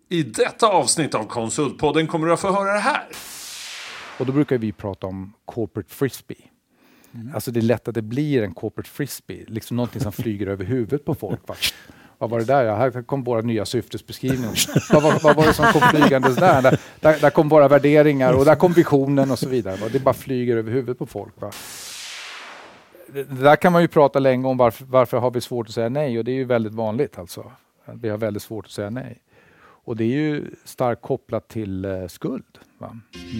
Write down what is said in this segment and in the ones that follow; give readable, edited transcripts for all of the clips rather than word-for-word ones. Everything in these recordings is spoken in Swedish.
I detta avsnitt av Konsultpodden kommer du att få höra det här. Och då brukar vi prata om corporate frisbee. Alltså det är lätt att det blir en corporate frisbee. Liksom någonting som flyger över huvudet på folk. Vad var det där? Ja, här kom våra nya syftesbeskrivningar. Vad var det som kom flygandes där? Där kom våra värderingar och där kom visionen och så vidare. Det bara flyger över huvudet på folk. Det där kan man ju prata länge om varför har vi svårt att säga nej. Och det är ju väldigt vanligt alltså. Vi har väldigt svårt att säga nej. Och det är ju starkt kopplat till skuld. Va?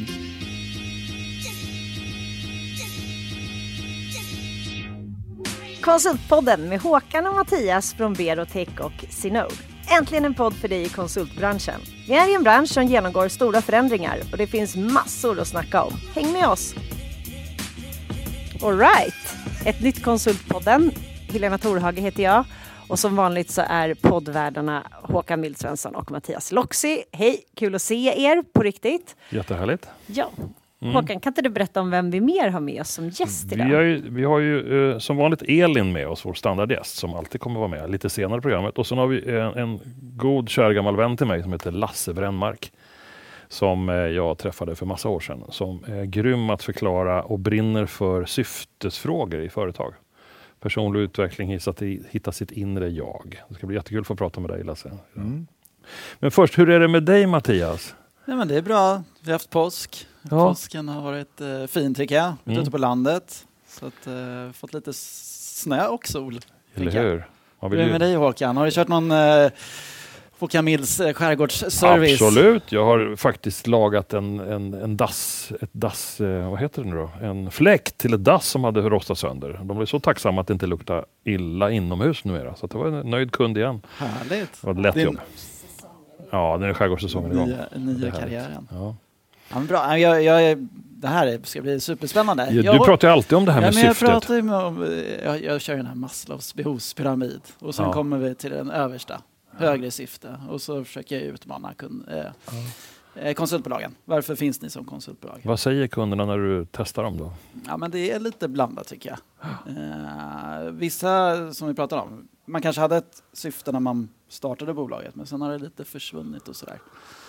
Konsultpodden med Håkan och Mattias från Berotech och Zinode. Äntligen en podd för dig i konsultbranschen. Vi är i en bransch som genomgår stora förändringar och det finns massor att snacka om. Häng med oss! All right. Ett nytt Konsultpodden. Helena Torhage heter jag. Och som vanligt så är poddvärdarna Håkan Mildsvensson och Mattias Loxi. Hej, kul att se er på riktigt. Jättehärligt. Ja. Håkan, kan inte du berätta om vem vi mer har med oss som gäst idag? Vi har ju som vanligt Elin med oss, vår standardgäst, som alltid kommer vara med lite senare i programmet. Och sen har vi en god kär gammal vän till mig som heter Lasse Brännmark. Som jag träffade för massa år sedan. Som är grym att förklara och brinner för syftesfrågor i företag. Personlig utveckling, hitta sitt inre jag. Det ska bli jättekul att få prata med dig, Lasse. Men först, hur är det med dig, Mattias? Ja, men det är bra. Vi har haft påsk. Ja. Påsken har varit fin, tycker jag. Ute på landet. Så att fått lite snö och sol. Eller hur? Hur är det med dig, Håkan? Har du kört någon Håkan Milds skärgårdsservice? Absolut. Jag har faktiskt lagat en dass, vad heter det nu då? En fläkt till ett dass som hade rostat sönder. De blev så tacksamma att det inte luktar illa inomhus numera. Så det var en nöjd kund igen. Härligt. Det var ett lätt jobb. Ja, den är skärgårdssäsongen igång. Nya karriären. Ja. Ja, men bra. Det här ska bli superspännande. Du pratar ju alltid om det här med syftet. Jag kör den här Maslows behovspyramid. Och sen kommer vi till den översta. Högre syfte. Och så försöker jag utmana konsultbolagen. Varför finns ni som konsultbolag? Vad säger kunderna när du testar dem då? Ja, men det är lite blandat, tycker jag. Vissa som vi pratar om. Man kanske hade ett syfte när man startade bolaget. Men sen har det lite försvunnit och sådär.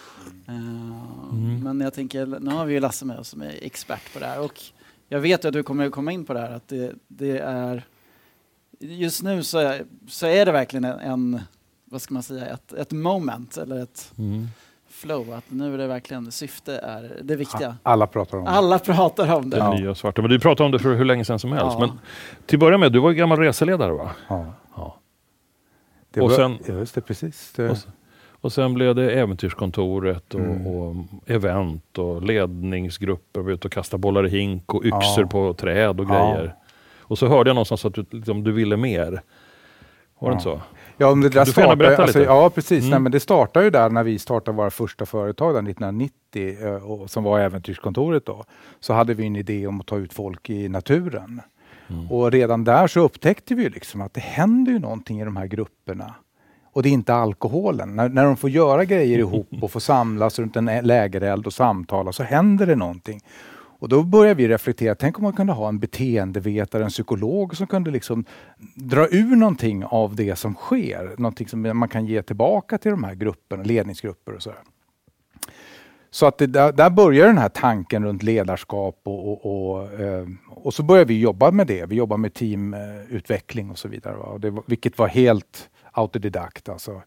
Men jag tänker, nu har vi ju Lasse med oss som är expert på det här. Och jag vet att du kommer komma in på det här. Att det är... Just nu så är det verkligen en vad ska man säga, ett moment eller ett flow, att nu är det verkligen syfte är det viktiga. Alla pratar om det. Alla pratar om det. Det nya svarta. Men du pratade om det för hur länge sedan som helst. Men till att börja med, du var ju gammal reseledare, va? Ja. Just det, precis. Och sen blev det äventyrskontoret och event och ledningsgrupper. Vi ute och kasta bollar i hink och yxor på träd och grejer. Och så hörde jag någonstans att du ville mer. Var det inte så? Ja, om det där startar, alltså, ja, precis. Nej, men det startade ju där när vi startade våra första företag där 1990 och som var äventyrskontoret då. Så hade vi en idé om att ta ut folk i naturen. Och redan där så upptäckte vi ju liksom att det händer ju någonting i de här grupperna. Och det är inte alkoholen. När de får göra grejer ihop och får samlas runt en lägereld och samtala så händer det någonting. Och då börjar vi reflektera, tänk om man kunde ha en beteendevetare, en psykolog som kunde liksom dra ur någonting av det som sker. Någonting som man kan ge tillbaka till de här grupperna, ledningsgrupper och sådär. Så att där börjar den här tanken runt ledarskap och så börjar vi jobba med det. Vi jobbar med teamutveckling och så vidare. Och vilket var helt autodidakt. Alltså,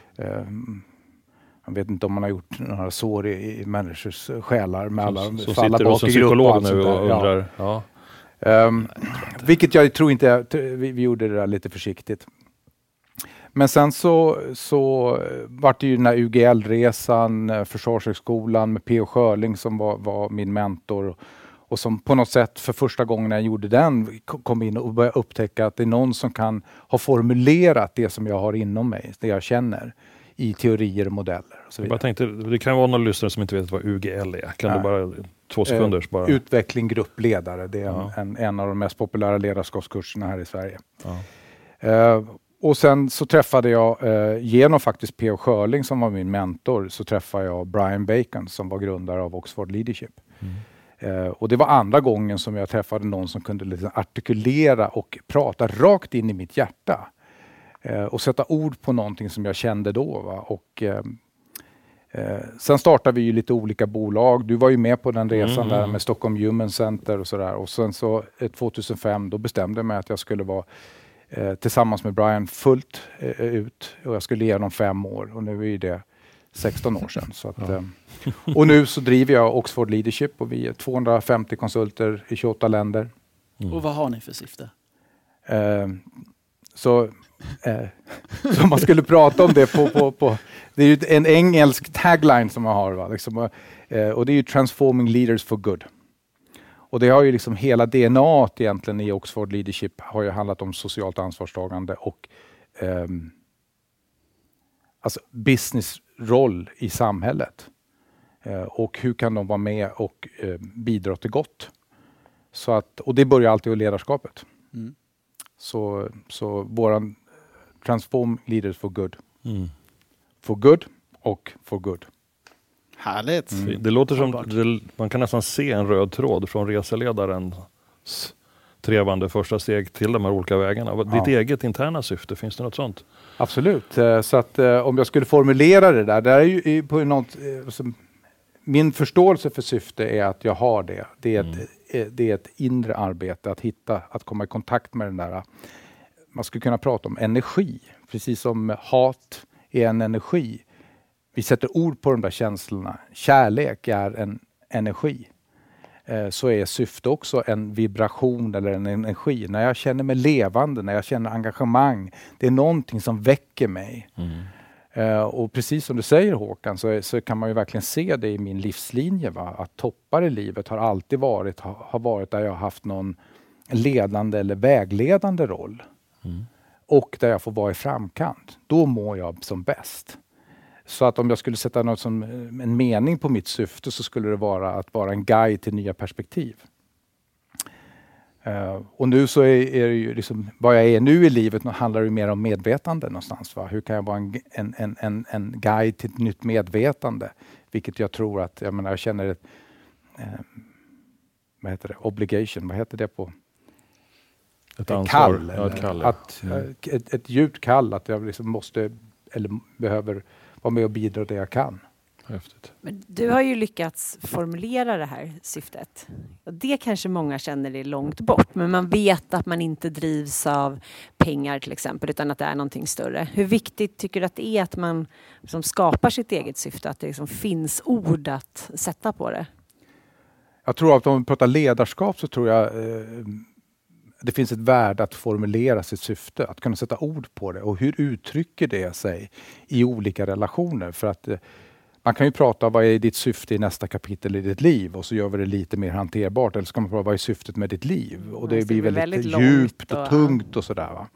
jag vet inte om man har gjort några sår i människors själar med alla som falla sitter bak i grupp nu och undrar. Ja. Vilket jag tror inte, vi gjorde det där lite försiktigt. Men sen så var det ju den här UGL-resan, Försvarshögskolan med P.O. Schörling som var min mentor. Och som på något sätt för första gången när jag gjorde den kom in och började upptäcka att det är någon som kan ha formulerat det som jag har inom mig, det jag känner i teorier och modeller. Och så vidare. Jag tänkte, det kan vara någon lyssnare som inte vet vad UGL är. Kan du bara 2 sekunder? Bara... Utveckling gruppledare. Det är en av de mest populära ledarskapskurserna här i Sverige. Och sen så träffade jag, genom faktiskt P.O. Schörling som var min mentor, så träffade jag Brian Bacon som var grundare av Oxford Leadership. Och det var andra gången som jag träffade någon som kunde liksom artikulera och prata rakt in i mitt hjärta. Och sätta ord på någonting som jag kände då. Va? Och Sen startade vi ju lite olika bolag. Du var ju med på den resan där med Stockholm Human Center och sådär. Och sen så 2005 då bestämde jag mig att jag skulle vara tillsammans med Brian fullt ut. Och jag skulle ge honom 5 år. Och nu är det 16 år sedan. Så att, och nu så driver jag Oxford Leadership och vi är 250 konsulter i 28 länder. Och vad har ni för syfte? Så man skulle prata om det på det är ju en engelsk tagline som man har. Va? Liksom, och det är ju Transforming Leaders for Good. Och det har ju liksom hela DNA egentligen i Oxford Leadership har ju handlat om socialt ansvarstagande och alltså businessroll i samhället. Och hur kan de vara med och bidra till gott? Så att, och det börjar alltid i ledarskapet. Så våran Transform Leaders for Good. For good och for good. Härligt. Det låter som, man kan nästan se en röd tråd från reseledarens trevande första steg till de här olika vägarna. Ditt eget interna syfte, finns det något sånt? Absolut. Så att om jag skulle formulera det där är ju på något min förståelse för syfte är att jag har det. Det är ett inre arbete att komma i kontakt med den där. Man skulle kunna prata om energi. Precis som hat är en energi. Vi sätter ord på de där känslorna. Kärlek är en energi. Så är syfte också en vibration eller en energi. När jag känner mig levande, när jag känner engagemang. Det är någonting som väcker mig. Och precis som du säger Håkan så kan man ju verkligen se det i min livslinje. Va? Att toppar i livet har alltid varit där jag har haft någon ledande eller vägledande roll. Och där jag får vara i framkant. Då mår jag som bäst. Så att om jag skulle sätta något som en mening på mitt syfte så skulle det vara att vara en guide till nya perspektiv. Och nu så är det ju liksom, vad jag är nu i livet handlar det mer om medvetande någonstans. Va? Hur kan jag vara en guide till ett nytt medvetande? Vilket jag tror att, jag känner ett vad heter det? Obligation, vad heter det på? Ett ansvar. Kall. Ett djupt kall att jag liksom måste eller behöver vara med och bidra det jag kan. Häftigt. Men du har ju lyckats formulera det här syftet. Och det kanske många känner är långt bort. Men man vet att man inte drivs av pengar till exempel. Utan att det är någonting större. Hur viktigt tycker du att det är att man liksom skapar sitt eget syfte? Att det liksom finns ord att sätta på det? Jag tror att om vi pratar ledarskap så tror jag det finns ett värde att formulera sitt syfte. Att kunna sätta ord på det. Och hur uttrycker det sig i olika relationer? För att man kan ju prata vad är ditt syfte i nästa kapitel i ditt liv och så gör vi det lite mer hanterbart. Eller så kan man prata vad är syftet med ditt liv? Och det blir väldigt djupt och tungt och sådär. Va?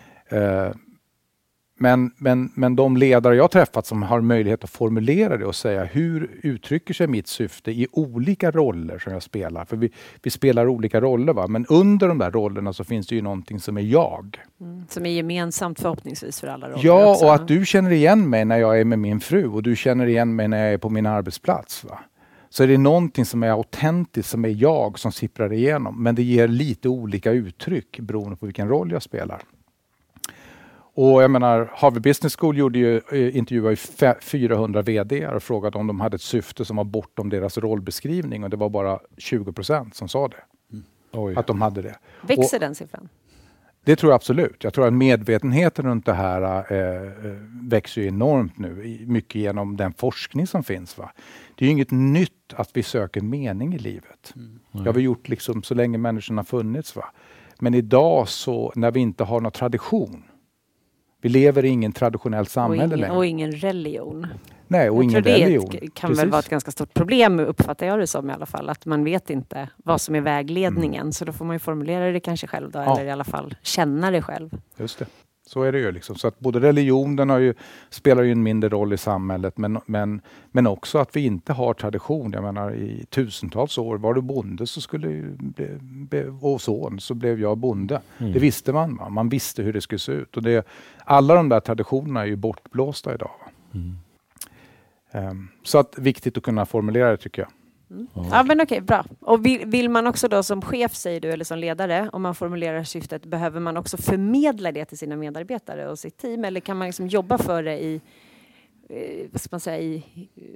Men de ledare jag träffat som har möjlighet att formulera det och säga hur uttrycker sig mitt syfte i olika roller som jag spelar. För vi spelar olika roller, va? Men under de där rollerna så finns det ju någonting som är jag. Som är gemensamt förhoppningsvis för alla roller. Ja, också. Och att du känner igen mig när jag är med min fru och du känner igen mig när jag är på min arbetsplats. Va? Så är det någonting som är autentiskt, som är jag som sipprar igenom. Men det ger lite olika uttryck beroende på vilken roll jag spelar. Och jag menar, Harvard Business School intervjuade 400 vd och frågade om de hade ett syfte som var bortom deras rollbeskrivning. Och det var bara 20% som sa det. Att de hade det. Växer den siffran? Det tror jag absolut. Jag tror att medvetenheten runt det här växer enormt nu. Mycket genom den forskning som finns. Va? Det är ju inget nytt att vi söker mening i livet. Det har vi gjort liksom så länge människan har funnits. Va? Men idag så när vi inte har någon tradition. Vi lever i ingen traditionellt samhälle längre. Och ingen religion. Nej, och ingen religion. Det kan väl vara ett ganska stort problem, uppfattar jag det som i alla fall. Att man vet inte vad som är vägledningen. Så då får man ju formulera det kanske själv då, eller i alla fall känna det själv. Just det. Så är det ju liksom. Så att både religionen spelar ju en mindre roll i samhället. Men också att vi inte har tradition. Jag menar i tusentals år var du bonde så och son så blev jag bonde. Det visste man. Va? Man visste hur det skulle se ut. Och alla de där traditionerna är ju bortblåsta idag. Va? Så att viktigt att kunna formulera det tycker jag. Ja men okej, bra. Och vill man också då som chef, säger du, eller som ledare, om man formulerar syftet, behöver man också förmedla det till sina medarbetare och sitt team? Eller kan man liksom jobba för det i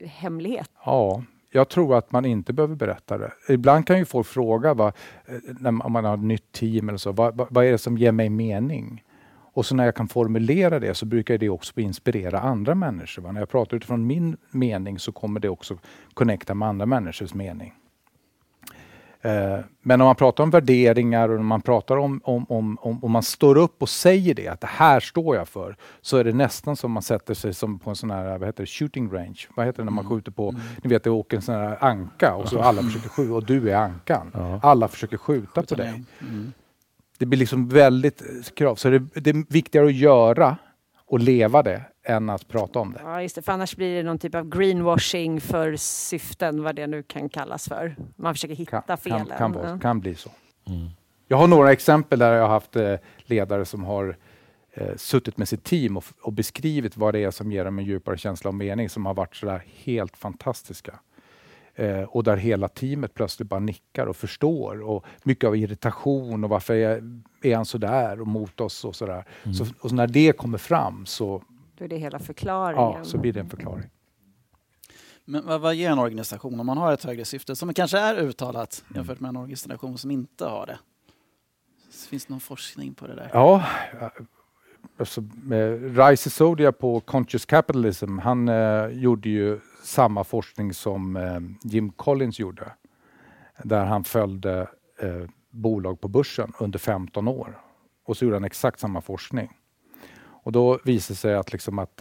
hemlighet? Ja, jag tror att man inte behöver berätta det. Ibland kan ju folk fråga om man har ett nytt team eller så, vad är det som ger mig mening? Och så när jag kan formulera det så brukar det också inspirera andra människor. Va? När jag pratar utifrån min mening så kommer det också connecta med andra människors mening. Men om man pratar om värderingar och om man pratar om man står upp och säger det, att det här står jag för, så är det nästan som man sätter sig som på en sån här, vad heter det, shooting range. Vad heter det när man skjuter på, ni vet det åker en sån här anka och så alla försöker skjuta och du är ankan. Alla försöker skjuta på dig. Det blir liksom väldigt krav. Så det är viktigare att göra och leva det än att prata om det. Ja, just det. För annars blir det någon typ av greenwashing för syften, vad det nu kan kallas för. Man försöker hitta felen. Kan bli så. Jag har några exempel där jag har haft ledare som har suttit med sitt team och beskrivit vad det är som ger dem en djupare känsla och mening, som har varit sådär helt fantastiska. Och där hela teamet plötsligt bara nickar och förstår, och mycket av irritation och varför är han så där och mot oss och sådär. Och så när det kommer fram så då är det hela förklaringen. Ja, så blir det en förklaring. Men vad ger en organisation om man har ett högre syfte som kanske är uttalat jämfört med en organisation som inte har det? Finns det någon forskning på det där? Ja, alltså, Rise Sodia på Conscious Capitalism, han gjorde ju samma forskning som Jim Collins gjorde. Där han följde bolag på börsen under 15 år. Och så gjorde han exakt samma forskning. Och då visade det sig att, liksom att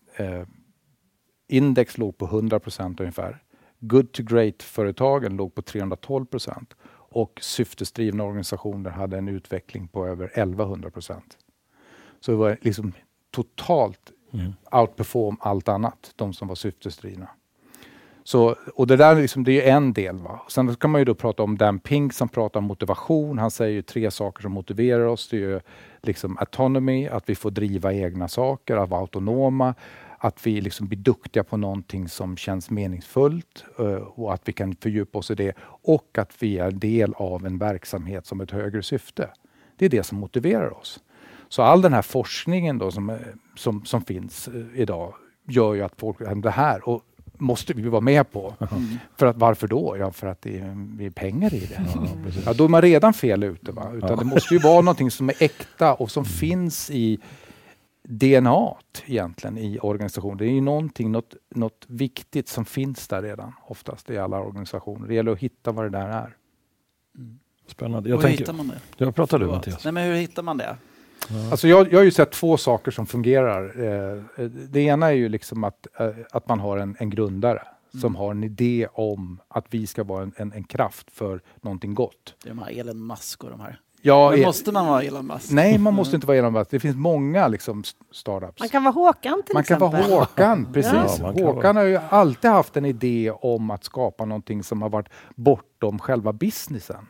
index låg på 100% ungefär. Good to great-företagen låg på 312%. Och syftesdrivna organisationer hade en utveckling på över 1100%. Så det var liksom totalt outperform allt annat, de som var syftesdrivna. Så, och det där liksom, det är en del. Va? Sen kan man ju då prata om Dan Pink som pratar om motivation. Han säger ju 3 saker som motiverar oss. Det är ju liksom autonomy, att vi får driva egna saker, att vara autonoma. Att vi liksom blir duktiga på någonting som känns meningsfullt och att vi kan fördjupa oss i det. Och att vi är del av en verksamhet som ett högre syfte. Det är det som motiverar oss. Så all den här forskningen då som finns idag gör ju att folk, det här och måste vi vara med på. För att, varför då? Ja, för att det är pengar i det. Ja, då är man redan fel ute. Va? Utan det måste ju vara någonting som är äkta och som finns i DNA egentligen i organisationen. Det är ju något viktigt som finns där redan, oftast i alla organisationer. Det gäller att hitta vad det där är. Spännande. Hur hittar man det? Jag pratar du, Mattias. Nej, men hur hittar man det? Ja. Alltså jag har ju sett 2 saker som fungerar. Det ena är ju liksom att man har en grundare som har en idé om att vi ska vara en kraft för någonting gott. Det är de här Elon Musk och de här. Ja, men måste man vara Elon Musk? Nej, man måste inte vara Elon Musk. Det finns många liksom startups. Man kan vara Håkan till exempel. Man kan vara Håkan, precis. Ja, Håkan har ju alltid haft en idé om att skapa någonting som har varit bortom själva businessen.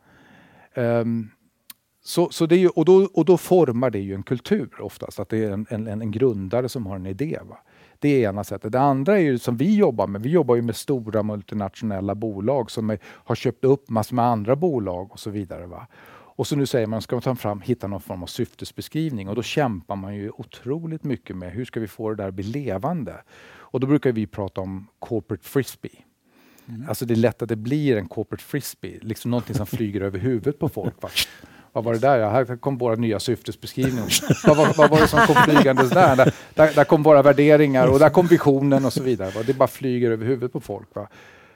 Så det är ju, och då formar det ju en kultur oftast. Att det är en grundare som har en idé. Va? Det är ena sättet. Det andra är ju som vi jobbar med. Vi jobbar ju med stora multinationella bolag som har köpt upp massor med andra bolag och så vidare. Va? Och så nu säger man, ska man hitta någon form av syftesbeskrivning. Och då kämpar man ju otroligt mycket med hur ska vi få det där att bli levande. Och då brukar vi prata om corporate frisbee. Alltså det är lätt att det blir en corporate frisbee. Liksom någonting som flyger över huvudet på folk. Va? Vad var det där? Ja, här kom våra nya syftesbeskrivningar. Vad var det som kom flygandes där? Där kom våra värderingar och där kom visionen och så vidare. Va? Det bara flyger över huvudet på folk. Va?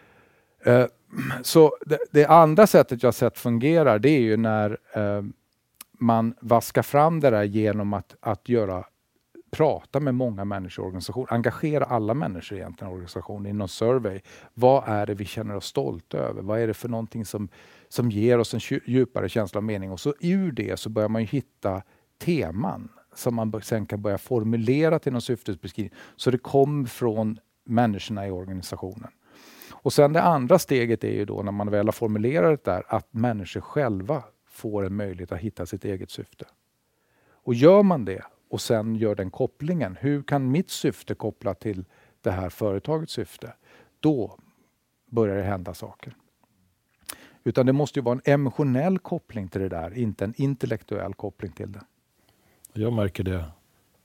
Så det andra sättet jag sett fungerar, det är ju när man vaskar fram det där genom att prata med många människor i organisationen. Engagera alla människor egentligen i organisationen i någon survey. Vad är det vi känner oss stolta över? Vad är det för någonting som ger oss en djupare känsla av mening? Och så ur det så börjar man ju hitta teman som man sen kan börja formulera till någon syftesbeskrivning. Så det kommer från människorna i organisationen. Och sen det andra steget är ju då när man väl har formulerat det där att människor själva får en möjlighet att hitta sitt eget syfte. Och gör man det och sen gör den kopplingen, hur kan mitt syfte koppla till det här företagets syfte? Då börjar det hända saker. Utan det måste ju vara en emotionell koppling till det där, inte en intellektuell koppling till det. Jag märker det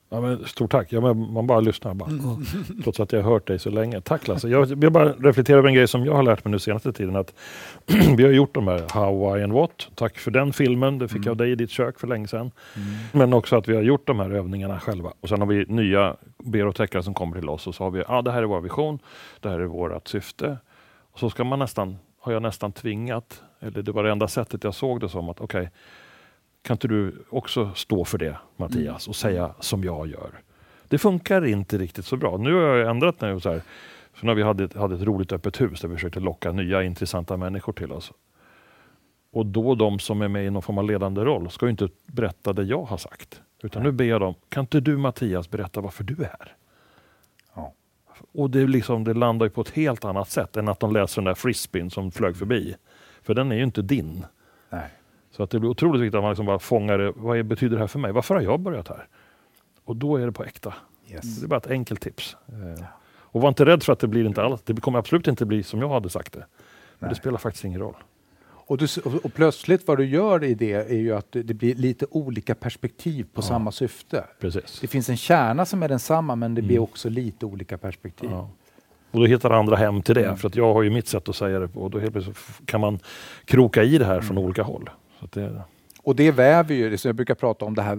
Ja, men stort tack. Ja, men man bara lyssnar. Bara. Trots att jag har hört dig så länge. Tack Lasse. Jag bara reflekterar över en grej som jag har lärt mig nu senaste tiden. Att vi har gjort de här How, Why and What. Tack för den filmen. Det fick jag av dig i ditt kök för länge sedan. Men också att vi har gjort de här övningarna själva. Och sen har vi nya BR-teckare som kommer till oss. Och så har vi, det här är vår vision. Det här är vårt syfte. Och så ska man har jag nästan tvingat. Eller det var det enda sättet jag såg det som. Att okej, kan inte du också stå för det, Mattias, och säga som jag gör? Det funkar inte riktigt så bra. Nu har jag ändrat mig så här. För när vi hade ett roligt öppet hus där vi försökte locka nya intressanta människor till oss. Och då de som är med i någon form av ledande roll ska ju inte berätta det jag har sagt. Utan nu ber jag dem, kan inte du Mattias berätta varför du är här? Ja. Och det landar ju på ett helt annat sätt än att de läser den där frisbeen som flög förbi. För den är ju inte din. Nej. Så att det blir otroligt viktigt att man liksom bara fångar det. Vad betyder det här för mig? Varför har jag börjat här? Och då är det på äkta. Yes. Det är bara ett enkelt tips. Och var inte rädd för att det blir inte alls. Det kommer absolut inte bli som jag hade sagt det. Men det spelar faktiskt ingen roll. Och plötsligt vad du gör i det är ju att det blir lite olika perspektiv på samma syfte. Precis. Det finns en kärna som är densamma, men det blir också lite olika perspektiv. Ja. Och då hittar andra hem till det. För att jag har ju mitt sätt att säga det på. Och då helt plötsligt kan man kroka i det här från olika håll. Så att och det väver ju, det som jag brukar prata om, det här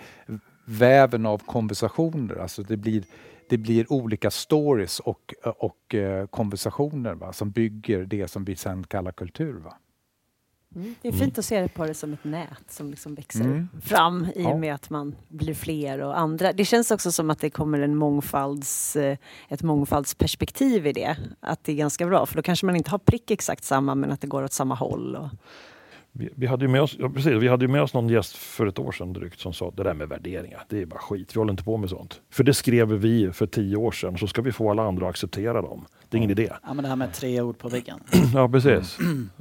väven av konversationer. Alltså det blir olika stories och konversationer, va, som bygger det som vi sen kallar kultur. Va? Det är fint att se det på det som ett nät som liksom växer fram i och med att man blir fler och andra. Det känns också som att det kommer ett mångfaldsperspektiv i det. Att det är ganska bra, för då kanske man inte har prick exakt samma, men att det går åt samma håll. Vi hade ju med oss någon gäst för ett år sedan drygt som sa det där med värderingar, det är bara skit, vi håller inte på med sånt. För det skrev vi för 10 år sedan, så ska vi få alla andra att acceptera dem. Det är ingen idé. Ja, men det här med 3 ord på väggen. Ja, precis.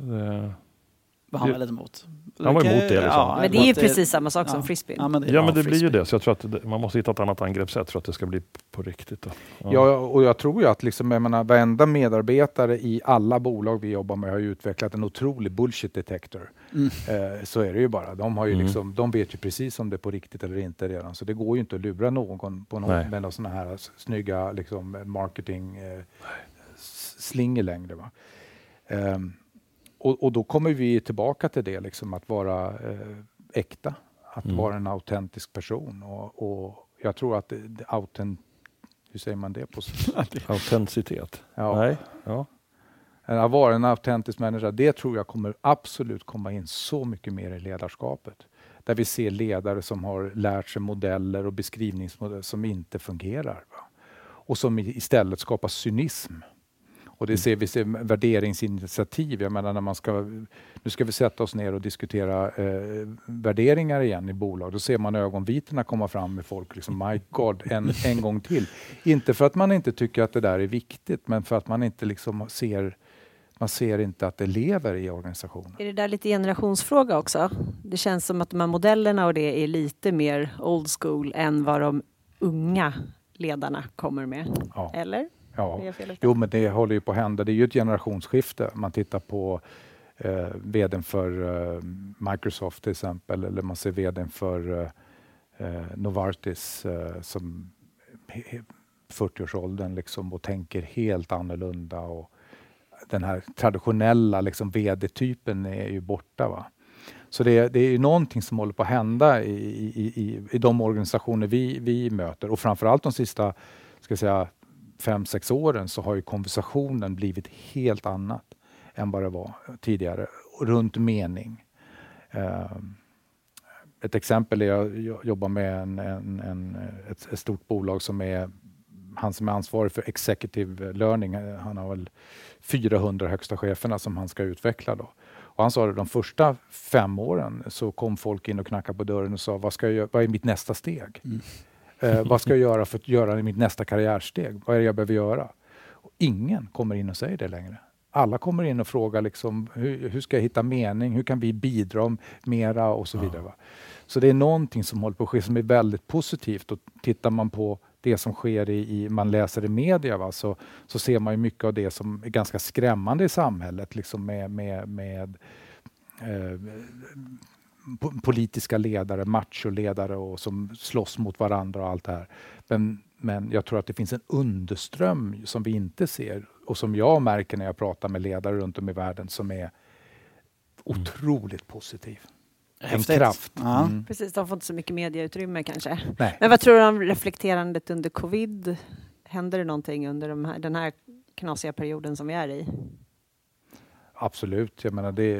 Var han väldigt emot? Han var emot det. Liksom. Ja, men det är ju precis samma sak som frisbee. Ja, men det blir ju det. Så jag tror att man måste hitta ett annat angreppssätt för att det ska bli på riktigt. Då. Ja, och jag tror ju att varenda medarbetare i alla bolag vi jobbar med har ju utvecklat en otrolig bullshit detector. Så är det ju bara. De har ju de vet ju precis om det är på riktigt eller inte redan. Så det går ju inte att lura någon på med någon sådana här snygga marketing slinger längre. Va? Och då kommer vi tillbaka till det, liksom, att vara äkta, att vara en autentisk person. Och jag tror att hur säger man det på autenticitet? Ja. Nej. Ja. Att vara en autentisk människa, det tror jag kommer absolut komma in så mycket mer i ledarskapet. Där vi ser ledare som har lärt sig modeller och beskrivningsmodeller som inte fungerar. Va? Och som istället skapar cynism. Och det ser vi värderingsinitiativ. Jag menar nu ska vi sätta oss ner och diskutera värderingar igen i bolag. Då ser man ögonvitorna komma fram med folk. Liksom, my God, en gång till. Inte för att man inte tycker att det där är viktigt, men för att man inte liksom ser inte att det lever i organisationen. Är det där lite generationsfråga också? Det känns som att de här modellerna och det är lite mer old school än vad de unga ledarna kommer med. Ja. Eller? Ja, jo, men det håller ju på att hända. Det är ju ett generationsskifte. Man tittar på vdn för Microsoft till exempel, eller man ser vdn för Novartis som 40-årsåldern liksom, och tänker helt annorlunda. Och den här traditionella liksom, vd-typen är ju borta. Va? Så det är ju någonting som håller på att hända i de organisationer vi möter. Och framförallt de sista, 5-6 åren så har ju konversationen blivit helt annat än vad det var tidigare runt mening. Ett exempel är jag jobbar med ett stort bolag som är han som är ansvarig för executive learning. Han har väl 400 högsta cheferna som han ska utveckla då. Och han sa att de första 5 åren så kom folk in och knackade på dörren och sa vad är mitt nästa steg? Vad ska jag göra för att göra mitt nästa karriärsteg? Vad är det jag behöver göra? Och ingen kommer in och säger det längre. Alla kommer in och frågar liksom, hur ska jag hitta mening? Hur kan vi bidra mera och så vidare. Va? Så det är någonting som håller på att ske som är väldigt positivt. Och tittar man på det som sker man läser i media, va? Så ser man ju mycket av det som är ganska skrämmande i samhället. Liksom med politiska ledare, macholedare och som slåss mot varandra och allt det här. Men jag tror att det finns en underström som vi inte ser och som jag märker när jag pratar med ledare runt om i världen som är otroligt positiv. Häftigt. En kraft. Ja. Precis, de får inte så mycket medieutrymme kanske. Nej. Men vad tror du om reflekterandet under covid? Händer det någonting under den här knasiga perioden som vi är i? Absolut. Jag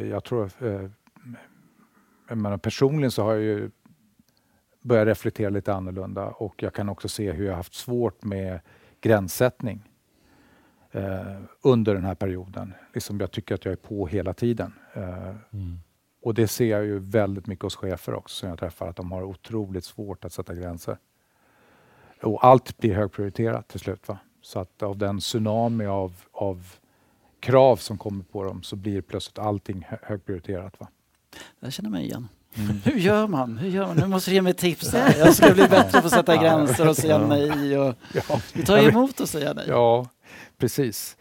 menar, personligen så har jag ju börjat reflektera lite annorlunda och jag kan också se hur jag har haft svårt med gränssättning under den här perioden. Liksom jag tycker att jag är på hela tiden. Och det ser jag ju väldigt mycket hos chefer också som jag träffar, att de har otroligt svårt att sätta gränser. Och allt blir högprioriterat till slut. Va? Så att av den tsunami av krav som kommer på dem så blir plötsligt allting högprioriterat. Va? Jag känner mig igen. Hur gör man? Nu måste du ge mig tips här. Jag ska bli bättre på att sätta gränser och säga nej. Och vi tar emot och säga nej. Ja, precis.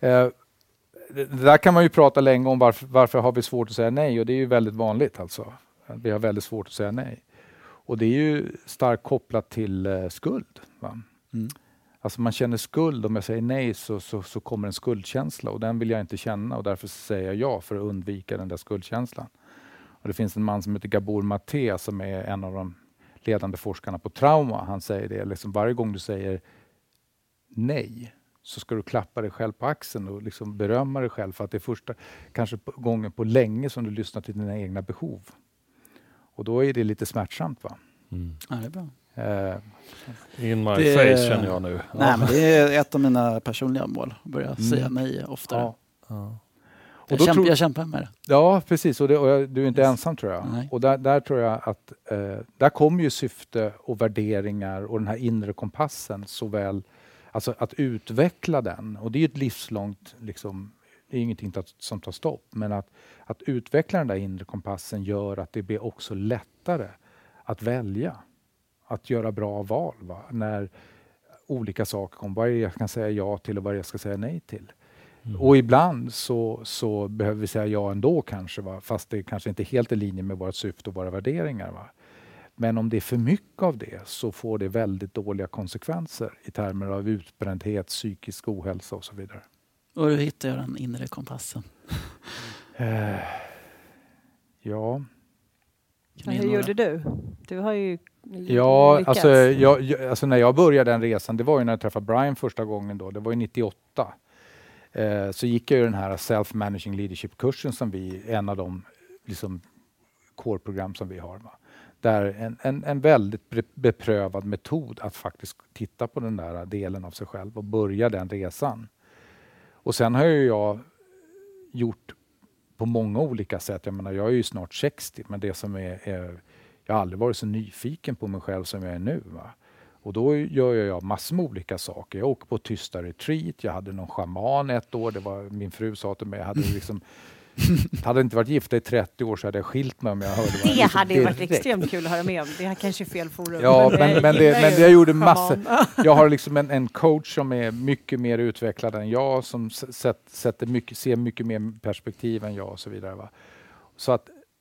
Det där kan man ju prata länge om varför har vi svårt att säga nej, och det är ju väldigt vanligt alltså. Vi har väldigt svårt att säga nej. Och det är ju starkt kopplat till skuld. Va? Alltså man känner skuld, om jag säger nej så kommer en skuldkänsla och den vill jag inte känna och därför säger jag ja för att undvika den där skuldkänslan. Och det finns en man som heter Gabor Maté som är en av de ledande forskarna på trauma. Han säger det, liksom varje gång du säger nej så ska du klappa dig själv på axeln och liksom berömma dig själv för att det är första kanske gången på länge som du lyssnar till dina egna behov. Och då är det lite smärtsamt, va? Ja, det är bra. In my face känner jag nu. Nej, men det är ett av mina personliga mål. Att börja säga nej oftare. Ja. Och jag kämpar med det. Ja, precis. Och du är inte ensam, tror jag. Nej. Och där tror jag att där kommer ju syfte och värderingar och den här inre kompassen såväl, alltså att utveckla den. Och det är ju ett livslångt, liksom, det är ingenting som tar stopp. Men att utveckla den där inre kompassen gör att det blir också lättare att välja. Att göra bra val. Va? När olika saker kommer. Vad är det jag kan säga ja till och vad jag ska säga nej till. Och ibland så behöver vi säga ja ändå kanske. Va? Fast det kanske inte är helt i linje med vårt syfte och våra värderingar. Va? Men om det är för mycket av det så får det väldigt dåliga konsekvenser i termer av utbrändhet, psykisk ohälsa och så vidare. Och hur hittar jag den inre kompassen? Ja. Hur gjorde du? Du har ju lyckats. Alltså när jag började den resan, det var ju när jag träffade Brian första gången då. Det var ju 98. Så gick jag ju den här Self-Managing Leadership-kursen som en av de liksom core-program som vi har. Va? Där en väldigt beprövad metod att faktiskt titta på den där delen av sig själv och börja den resan. Och sen har jag gjort på många olika sätt. Jag menar, jag är ju snart 60, men det som jag har aldrig varit så nyfiken på mig själv som jag är nu. Va? Och då gör jag massor med olika saker. Jag åker på tysta retreat. Jag hade någon shaman ett år. Det var min fru sa till mig. Jag hade inte varit gifta i 30 år så hade jag skilt mig om jag hörde vad det hade ju varit extremt kul att höra med om. Det här kanske är fel forum. Ja, men jag gjorde massor. Jag har liksom en coach som är mycket mer utvecklad än jag. Som ser mycket mer perspektiv än jag och så vidare. Va? Så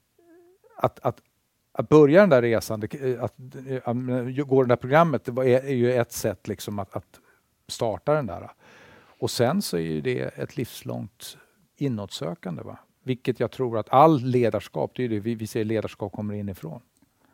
att börja den där resan, att gå det där programmet, det är ju ett sätt liksom att starta den där. Och sen så är ju det ett livslångt inåtsökande. Va? Vilket jag tror att all ledarskap, det är det vi ser ledarskap kommer inifrån.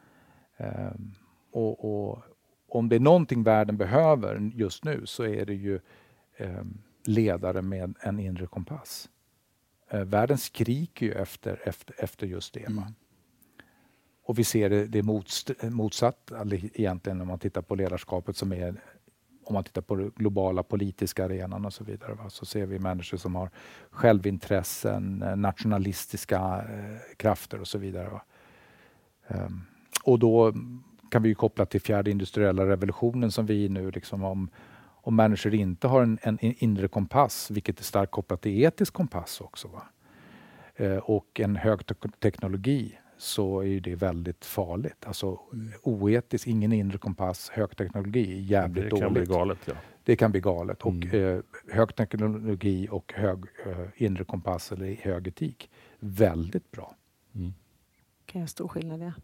Och om det är någonting världen behöver just nu så är det ju ledare med en inre kompass. Världen skriker ju efter just det. Va? Och vi ser det motsatt egentligen om man tittar på ledarskapet som är, om man tittar på den globala politiska arenan och så vidare. Va? Så ser vi människor som har självintressen, nationalistiska krafter och så vidare. Va? Och då kan vi ju koppla till fjärde industriella revolutionen som vi nu liksom om människor inte har en inre kompass, vilket är starkt kopplat till etisk kompass också. Va? Och en hög teknologi så är det väldigt farligt. Alltså oetiskt, ingen inre kompass, hög teknologi är jävligt dåligt. Det kan bli galet, ja. Det kan bli galet. Och hög teknologi och hög inre kompass eller hög etik, väldigt bra. kan göra stor skillnad. Ja.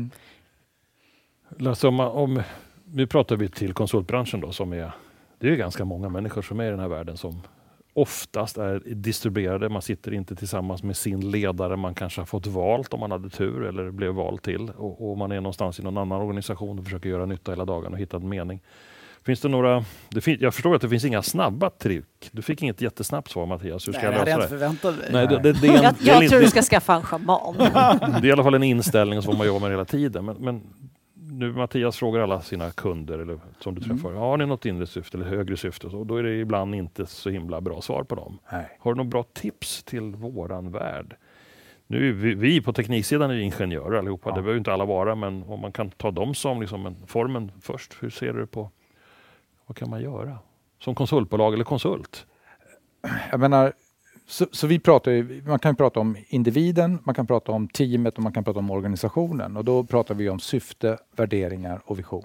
Lasse, nu pratar vi till konsultbranschen då, det är ganska många människor som är i den här världen som oftast är distribuerade. Man sitter inte tillsammans med sin ledare. Man kanske har fått valt om man hade tur eller blev vald till. Och man är någonstans i någon annan organisation och försöker göra nytta hela dagen och hitta en mening. Finns det några... jag förstår att det finns inga snabba trick. Du fick inget jättesnabbt svar, Mattias. Hur ska jag lösa det? Förväntat mig. Nej, Jag tror du ska skaffa en schaman. Det är i alla fall en inställning som man jobbar med hela tiden. Men nu Mattias frågar alla sina kunder eller som du träffar, har ni något inre syfte eller högre syfte? Och då är det ibland inte så himla bra svar på dem. Nej. Har du några bra tips till våran värld? Nu är vi på tekniksidan är ingenjörer allihopa, det behöver inte alla vara, men om man kan ta dem som liksom formen först, hur ser du på, vad kan man göra? Som konsultbolag eller konsult? Jag menar, så vi man kan prata om individen, man kan prata om teamet och man kan prata om organisationen. Och då pratar vi om syfte, värderingar och vision.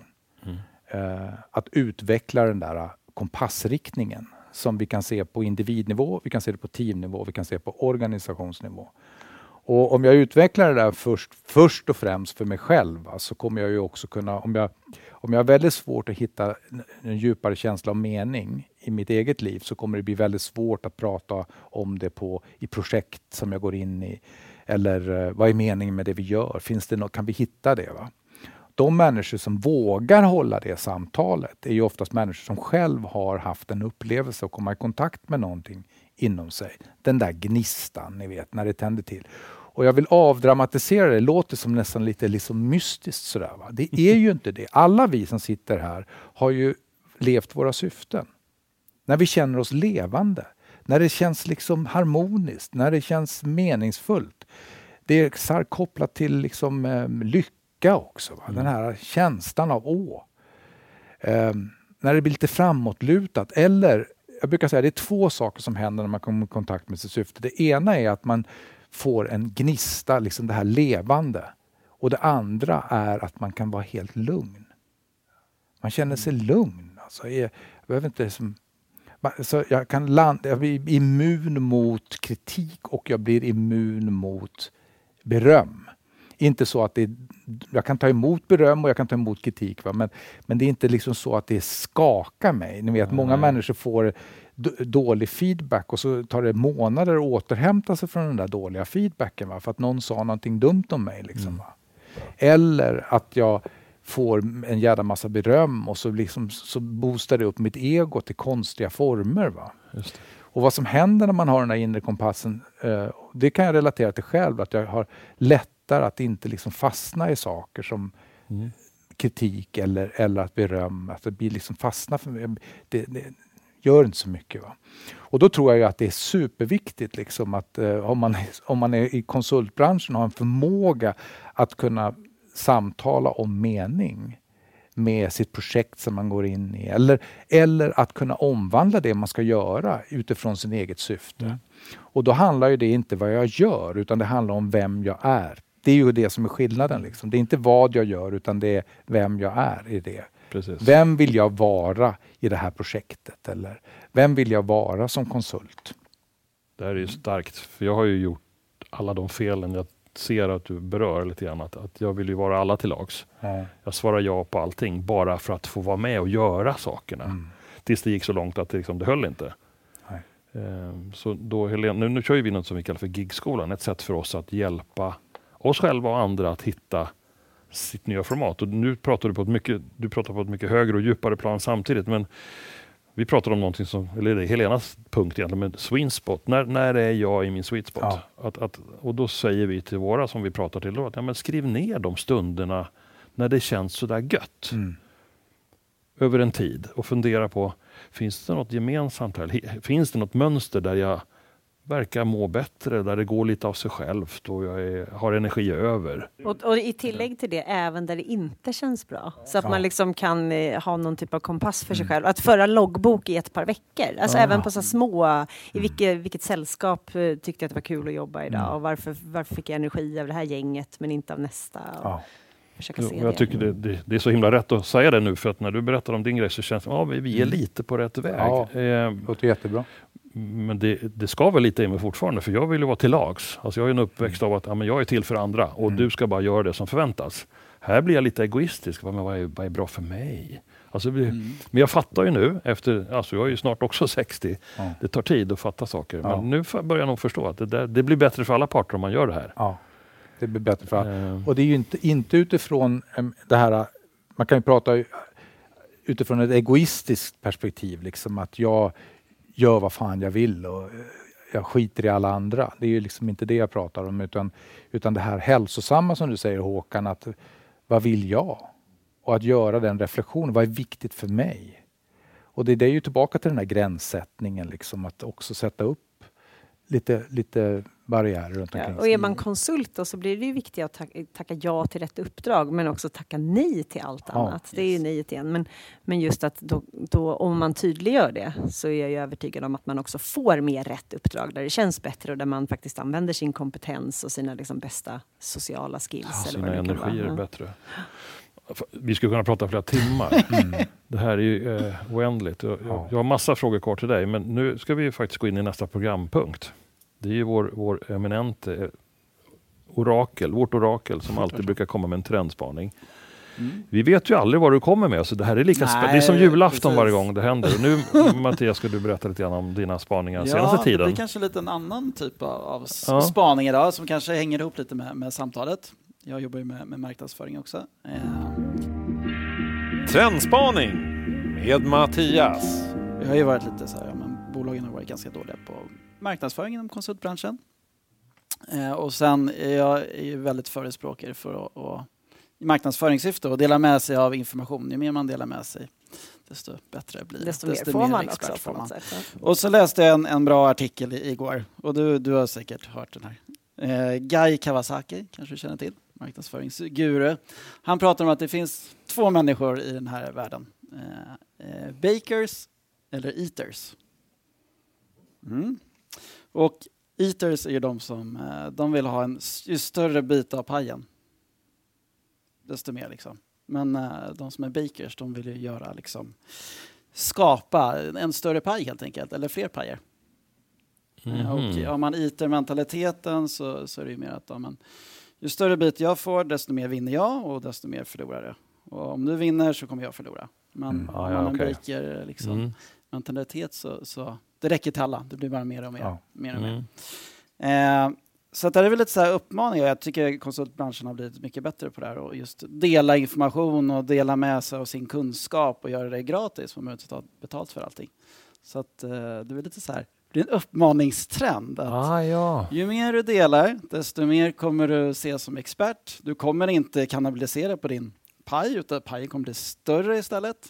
Att utveckla den där kompassriktningen som vi kan se på individnivå, vi kan se det på teamnivå, vi kan se på organisationsnivå. Och om jag utvecklar det där först och främst för mig själv, så kommer jag ju också kunna, om jag har väldigt svårt att hitta en djupare känsla av mening i mitt eget liv, så kommer det bli väldigt svårt att prata om det i projekt som jag går in i. Eller vad är meningen med det vi gör? Finns det något, kan vi hitta det? Va? De människor som vågar hålla det samtalet är ju oftast människor som själv har haft en upplevelse och komma i kontakt med någonting inom sig. Den där gnistan, ni vet, när det tänder till. Och jag vill avdramatisera det låter som nästan lite liksom mystiskt sådär. Va? Det är ju inte det. Alla vi som sitter här har ju levt våra syften. När vi känner oss levande. När det känns liksom harmoniskt. När det känns meningsfullt. Det är starkt kopplat till liksom, lycka också. Va? Den här känslan av när det blir lite framåtlutat. Eller, jag brukar säga det är två saker som händer när man kommer i kontakt med sitt syfte. Det ena är att man får en gnista, liksom det här levande. Och det andra är att man kan vara helt lugn. Man känner sig lugn. Alltså, jag behöver inte så jag blir immun mot kritik och jag blir immun mot beröm. Inte så att jag kan ta emot beröm och jag kan ta emot kritik. Va? Men det är inte liksom så att det skakar mig. Ni vet, många människor får dålig feedback och så tar det månader att återhämta sig från den där dåliga feedbacken. Va? För att någon sa någonting dumt om mig. Liksom, va? Eller att jag får en jävla massa beröm och så boostar det upp mitt ego till konstiga former. Va? Just det. Och vad som händer när man har den här inre kompassen, det kan jag relatera till själv, att jag har lättare att inte liksom fastna i saker som kritik eller att beröm, att det blir liksom fastna för mig. Det gör inte så mycket. Va? Och då tror jag ju att det är superviktigt liksom att om man är i konsultbranschen och har en förmåga att kunna samtala om mening med sitt projekt som man går in i. Eller att kunna omvandla det man ska göra utifrån sin eget syfte. Och då handlar ju det inte vad jag gör, utan det handlar om vem jag är. Det är ju det som är skillnaden. Liksom. Det är inte vad jag gör, utan det är vem jag är i det. Precis. Vem vill jag vara i det här projektet? Eller vem vill jag vara som konsult? Det här är ju starkt, för jag har ju gjort alla de felen jag ser att du berör lite grann, att jag vill ju vara alla till lags. Jag svarar ja på allting bara för att få vara med och göra sakerna. Tills det gick så långt att det höll inte. Så då, Helene, nu kör vi något som vi kallar för gigskolan. Ett sätt för oss att hjälpa oss själva och andra att hitta sitt nya format. Och nu pratar du på ett mycket högre och djupare plan samtidigt. Men vi pratar om någonting som, eller det är Helenas punkt egentligen, med sweet spot. När är jag i min sweet spot? Ja. Och då säger vi till våra som vi pratar till då, att skriv ner de stunderna när det känns sådär gött. Över en tid. Och fundera på, finns det något gemensamt här? Finns det något mönster där jag verkar må bättre, där det går lite av sig självt och jag har energi över. Och i tillägg till det, även där det inte känns bra. Så att man liksom kan ha någon typ av kompass för sig själv. Att föra loggbok i ett par veckor. Alltså även på så små, i vilket sällskap tyckte jag att det var kul att jobba idag. Och varför fick jag energi av det här gänget men inte av nästa. Jag tycker det är så himla rätt att säga det nu, för att när du berättar om din grej så känns det som vi är lite på rätt väg. Ja, det låter jättebra. Men det ska väl lite i mig fortfarande, för jag vill ju vara till lags. Alltså jag är en uppväxt av att jag är till för andra och du ska bara göra det som förväntas. Här blir jag lite egoistisk. Men vad är bra för mig? Alltså, men jag fattar ju nu, alltså jag är ju snart också 60. Ja. Det tar tid att fatta saker. Ja. Men nu börjar jag nog förstå att det blir bättre för alla parter om man gör det här. Ja, det blir bättre för alla. Och det är ju inte utifrån det här, man kan ju prata utifrån ett egoistiskt perspektiv. Liksom att jag gör vad fan jag vill och jag skiter i alla andra. Det är ju liksom inte det jag pratar om, utan det här hälsosamma som du säger, Håkan, att vad vill jag? Och att göra den reflektionen, vad är viktigt för mig? Och det är ju tillbaka till den här gränssättningen, liksom, att också sätta upp lite barriärer runt omkring. Ja, och är man konsult då, så blir det ju viktigt att tacka ja till rätt uppdrag, men också tacka nej till allt annat. Det är ju nej igen. Men just att då, om man tydliggör det, så är jag ju övertygad om att man också får mer rätt uppdrag där det känns bättre och där man faktiskt använder sin kompetens och sina liksom bästa sociala skills. Ja, eller sina vad det energier bättre. Vi skulle kunna prata flera timmar. Det här är ju oändligt. Jag har massa frågor kvar till dig, men nu ska vi faktiskt gå in i nästa programpunkt. Det är ju vår eminente vårt orakel som alltid brukar komma med en trendspaning. Vi vet ju aldrig vad du kommer med, så det här är lika spännande. Det är som julafton varje gång det händer. Och nu, Mattias, ska du berätta lite grann om dina spaningar senaste tiden. Det är kanske lite en annan typ av spaning idag som kanske hänger ihop lite med samtalet. Jag jobbar ju med marknadsföring också. Trendspaning med Mattias. Vi har ju varit lite så här, men bolagen har varit ganska dåliga på marknadsföring inom konsultbranschen. Och sen är jag ju väldigt förespråkare för att i marknadsföringssyfte och dela med sig av information. Ju mer man delar med sig, desto bättre blir det. Desto mer får man också på något sätt. Och så läste jag en bra artikel igår. Och du har säkert hört den här. Guy Kawasaki, kanske du känner till. Marknadsföringsguru. Han pratar om att det finns 2 människor i den här världen. Bakers eller eaters. Och eaters är ju de som de vill ha ju större bit av pajen, desto mer liksom. Men de som är bakers, de vill ju göra liksom skapa en större paj helt enkelt, eller fler pajer. Och om man eater-mentaliteten så är det ju mer att ju större bit jag får, desto mer vinner jag och desto mer förlorar jag. Och om du vinner så kommer jag förlora. Men om man baker liksom mentalitet så det räcker till alla. Det blir bara mer och mer. Mer och mer. Så det är väl lite så här uppmaningar. Jag tycker konsultbranschen har blivit mycket bättre på det här och just dela information och dela med sig av sin kunskap och göra det gratis för att ta betalt för allting. Så att det är lite så här. Det är en uppmaningstrend. Att ju mer du delar, desto mer kommer du se som expert. Du kommer inte kannibalisera på din paj, utan pajen kommer bli större istället.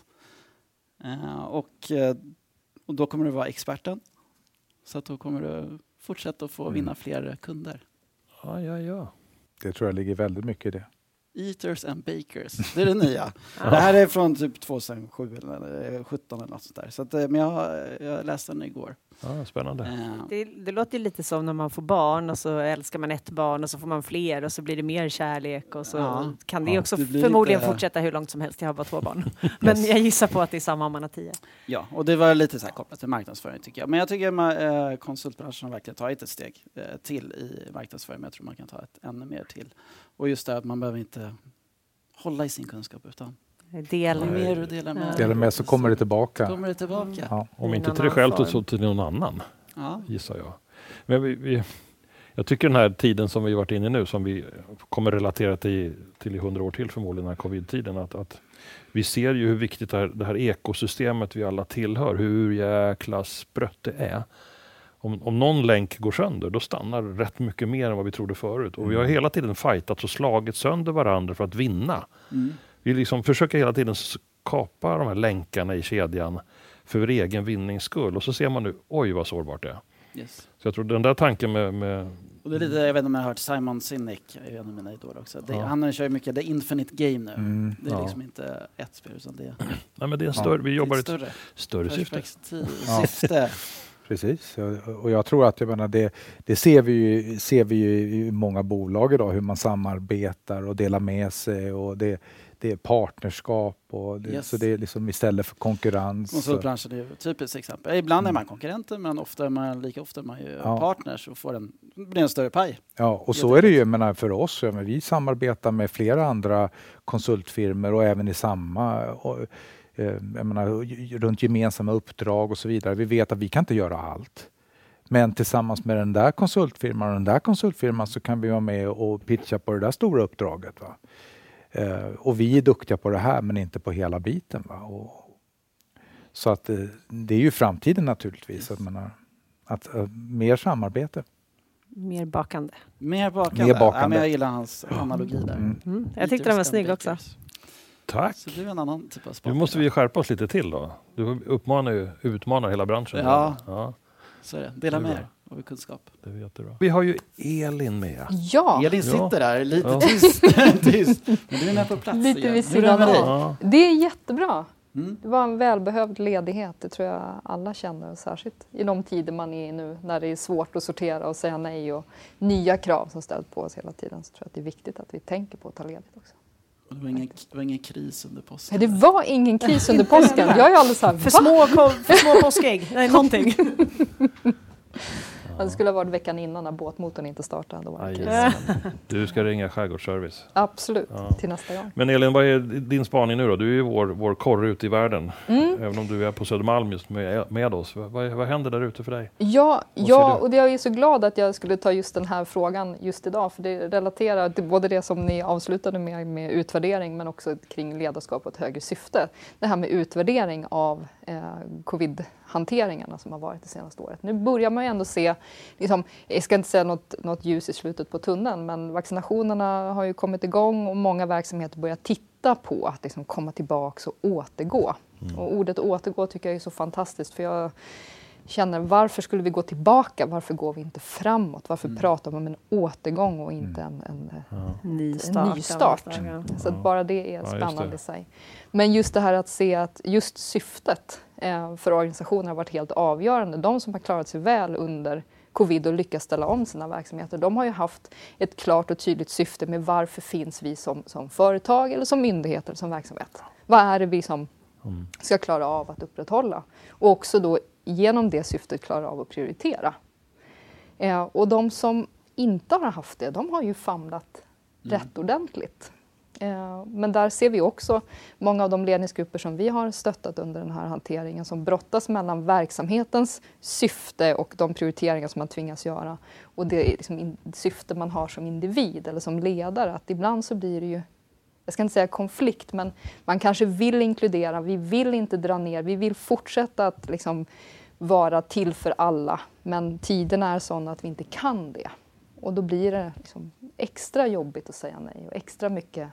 Och då kommer du vara experten. Så att då kommer du fortsätta att få vinna fler kunder. Ja. Det tror jag ligger väldigt mycket i det. Eaters and bakers. Det är det nya. Det här är från typ 2007 eller 17 eller något sånt där. Så att, men jag läste den igår. Ja, spännande. Det låter lite som när man får barn och så älskar man ett barn och så får man fler och så blir det mer kärlek och så kan det också förmodligen fortsätta hur långt som helst. Jag har bara 2 barn. Men jag gissar på att det är samma om man har 10. Ja, och det var lite så här kopplat till marknadsföring tycker jag. Men jag tycker konsultbranschen har verkligen tagit ett steg till i marknadsföring. Men jag tror man kan ta ett ännu mer till. Och just det att man behöver inte hålla i sin kunskap utan dela med så kommer det tillbaka. Ja. Om inte till dig själv så till någon annan, gissar jag. Men jag tycker den här tiden som vi varit inne i nu, som vi kommer relatera till i 100 år till förmodligen, den här covid-tiden, att vi ser ju hur viktigt det här ekosystemet vi alla tillhör, hur jäkla sprött det är. Om någon länk går sönder, då stannar rätt mycket mer än vad vi trodde förut. Och vi har hela tiden fightat och slagit sönder varandra för att vinna. Vi liksom försöker hela tiden skapa de här länkarna i kedjan för vår egen vinnings skull. Och så ser man nu, oj vad sårbart det är. Yes. Så jag tror den där tanken med... Och det är lite, jag vet inte om jag har hört Simon Sinek, är en av mina idoler också. Han kör ju mycket The Infinite Game nu. Det är liksom inte ett spel utan det är... Nej, men det är en större, vi jobbar i ett större syfte. Precis, och jag tror att det ser vi ju i många bolag idag, hur man samarbetar och delar med sig, och det det är partnerskap och så det är liksom istället för konkurrens. Konsultbranschen är ju ett typiskt exempel. Ibland är man konkurrenter, men lika ofta är man ju partners och blir en större paj. Ja, och så är det ju, menar, för oss. Men vi samarbetar med flera andra konsultfirmor och även i runt gemensamma uppdrag och så vidare. Vi vet att vi kan inte göra allt. Men tillsammans med den där konsultfirman och den där konsultfirman så kan vi vara med och pitcha på det där stora uppdraget. Va? Och vi är duktiga på det här men inte på hela biten. Va? Så att det är ju framtiden naturligtvis. Att mer samarbete. Mer bakande. Ja, men jag gillar hans analogi där. Jag tyckte den var snygg också. Tack. Så det är en annan typ av Nu måste vi skärpa oss lite till då. Du utmanar hela branschen. Ja. Så är det. Dela med er av kunskap. Det är jättebra. Vi har ju Elin med. Ja. Elin sitter där lite tyst. Men du är med på plats. Lite vid sidan av. Det är jättebra. Det var en välbehövd ledighet. Det tror jag alla känner. Särskilt i de tider man är i nu. När det är svårt att sortera och säga nej. Och nya krav som ställs på oss hela tiden. Så tror jag att det är viktigt att vi tänker på att ta ledigt också. Det var ingen kris under påsken. Nej, det var ingen kris under påsken. Jag är alldeles så här, för små påskägg. Nej, någonting. Det skulle ha varit veckan innan när båtmotorn inte startade. Då var det kris. Du ska ringa Skärgårdsservice. Absolut, till nästa gång. Men Elin, vad är din spaning nu då? Du är ju vår korre ute i världen. Även om du är på Södermalm just med oss. Vad händer där ute för dig? Ja, och jag är så glad att jag skulle ta just den här frågan just idag. För det relaterar till både det som ni avslutade med utvärdering men också kring ledarskap och ett högre syfte. Det här med utvärdering av covid-hanteringarna som har varit det senaste året. Nu börjar man ju ändå se, liksom, jag ska inte säga något ljus i slutet på tunneln, men vaccinationerna har ju kommit igång och många verksamheter börjar titta på att liksom komma tillbaka och återgå. Och ordet återgå tycker jag är så fantastiskt, för jag känner, varför skulle vi gå tillbaka? Varför går vi inte framåt? Varför pratar man om en återgång och inte en nystart? Så att bara det är spännande i sig. Men just det här att se att just syftet för organisationer har varit helt avgörande. De som har klarat sig väl under covid och lyckas ställa om sina verksamheter, de har ju haft ett klart och tydligt syfte med varför finns vi som företag eller som myndighet eller som verksamhet. Vad är det vi som ska klara av att upprätthålla? Och också då genom det syftet klara av att prioritera. Och de som inte har haft det, de har ju famlat rätt ordentligt. Men där ser vi också många av de ledningsgrupper som vi har stöttat under den här hanteringen som brottas mellan verksamhetens syfte och de prioriteringar som man tvingas göra. Och det är liksom syfte man har som individ eller som ledare. Att ibland så blir det ju, jag ska inte säga konflikt, men man kanske vill inkludera, vi vill inte dra ner, vi vill fortsätta att liksom vara till för alla. Men tiderna är sådana att vi inte kan det. Och då blir det liksom extra jobbigt att säga nej och extra mycket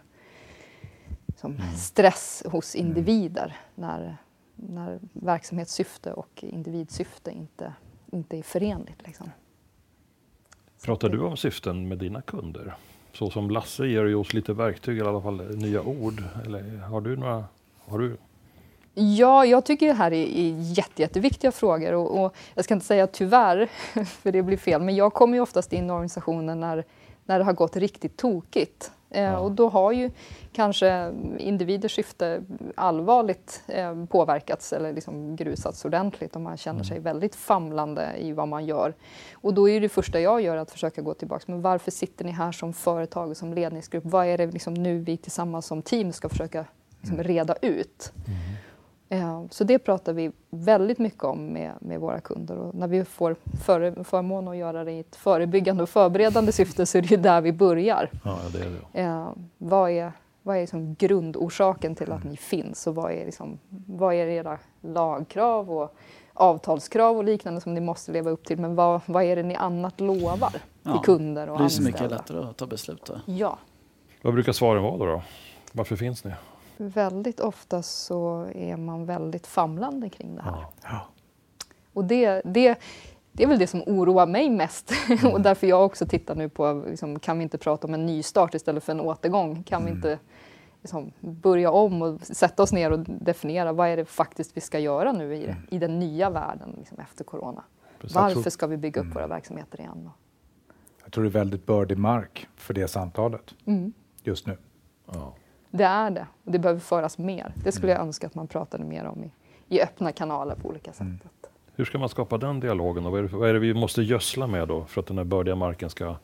stress hos individer när verksamhetssyfte och individsyfte inte är förenligt. Liksom. Pratar du om syften med dina kunder? Så som Lasse ger ju oss lite verktyg, eller i alla fall nya ord. Eller har du? Ja, jag tycker det här är jätteviktiga frågor och jag ska inte säga tyvärr, för det blir fel, men jag kommer ju oftast in i organisationen när det har gått riktigt tokigt. Och då har ju kanske individers syfte allvarligt påverkats eller liksom grusats ordentligt och man känner sig väldigt famlande i vad man gör. Och då är det första jag gör att försöka gå tillbaka. Men varför sitter ni här som företag och som ledningsgrupp? Vad är det liksom nu vi tillsammans som team ska försöka liksom reda ut? Så det pratar vi väldigt mycket om med våra kunder. Och när vi får förmån att göra det i ett förebyggande och förberedande syfte så är det ju där vi börjar. Ja, det är det. Vad är liksom grundorsaken till att ni finns och vad är era lagkrav och avtalskrav och liknande som ni måste leva upp till. Men vad är det ni annat lovar till kunder och anställda? Det är så mycket lättare att ta beslut då. Ja. Vad brukar svaren vara då? Varför finns ni? Väldigt ofta så är man väldigt famlande kring det här. Ja. Och det är väl det som oroar mig mest. Och därför jag också tittar nu på, liksom, kan vi inte prata om en ny start istället för en återgång? Kan vi inte liksom, börja om och sätta oss ner och definiera vad är det faktiskt vi ska göra nu i den nya världen liksom, efter corona? Precis. Varför ska vi bygga upp våra verksamheter igen? Jag tror det är väldigt bördig mark för det samtalet just nu. Ja. Det är det. Och det behöver föras mer. Det skulle jag önska att man pratade mer om i öppna kanaler på olika sätt. Hur ska man skapa den dialogen? Och vad är det vi måste gödsla med då för att den här bördiga marken ska...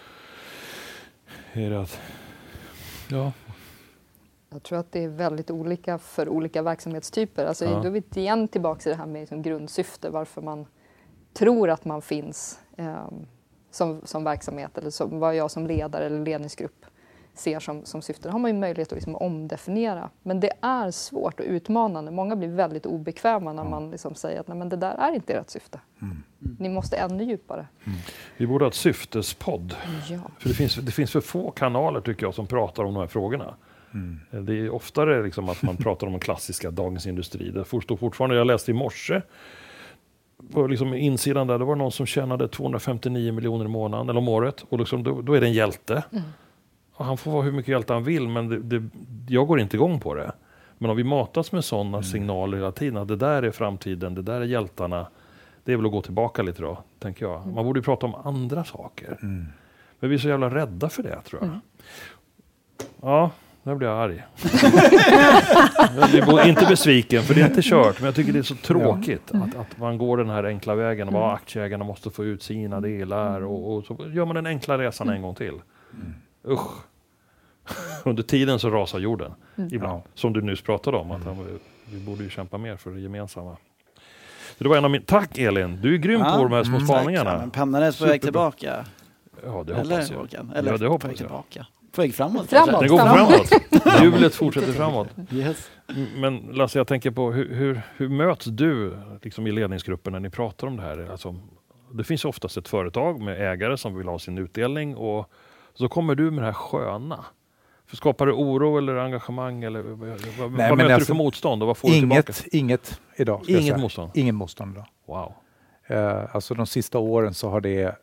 Jag tror att det är väldigt olika för olika verksamhetstyper. Alltså, då är vi igen tillbaka till det här med liksom grundsyfte. Varför man tror att man finns som verksamhet. Eller vad jag som ledare eller ledningsgrupp ser som syfte. Det har man ju möjlighet att liksom omdefiniera. Men det är svårt och utmanande. Många blir väldigt obekväma när man liksom säger att nej, men det där är inte ert syfte. Ni måste ännu djupare. Vi borde ha ett syftespodd. Ja. För det finns för få kanaler tycker jag som pratar om de här frågorna. Det är oftare liksom att man pratar om den klassiska Dagens Industri. Det står fortfarande, jag läste i morse på liksom insidan där, det var någon som tjänade 259 miljoner i månaden eller om året. Och liksom, då är det en hjälte. Och han får vara hur mycket hjälte han vill, men jag går inte igång på det. Men om vi matas med sådana signaler hela tiden, att det där är framtiden, det där är hjältarna, det är väl att gå tillbaka lite då, tänker jag. Man borde ju prata om andra saker. Men vi är så jävla rädda för det, tror jag. Ja, nu blir jag arg. Jag blir inte besviken, för det är inte kört. Men jag tycker det är så tråkigt att man går den här enkla vägen och bara aktieägarna måste få ut sina delar. Och så gör man den enkla resan en gång till. Usch. Under tiden så rasar jorden. Ibland. Som du nyss pratade om. Att vi borde ju kämpa mer för det gemensamma. Så det var en av min... Tack Elin, du är grym på de här små spaningarna. Men pennan är på väg tillbaka. Ja, det hoppas jag. Eller ja, det hoppas på väg tillbaka. På väg framåt. Den går framåt. Hjulet fortsätter framåt. Yes. Men Lasse, jag tänker på hur möts du liksom i ledningsgruppen när ni pratar om det här? Alltså, det finns oftast ett företag med ägare som vill ha sin utdelning och så kommer du med det här sköna. För skapar det oro eller engagemang? Eller, vad möter du för motstånd och vad får du tillbaka? Inget idag. Inget motstånd? Ingen motstånd idag. Wow. Alltså de sista åren så har det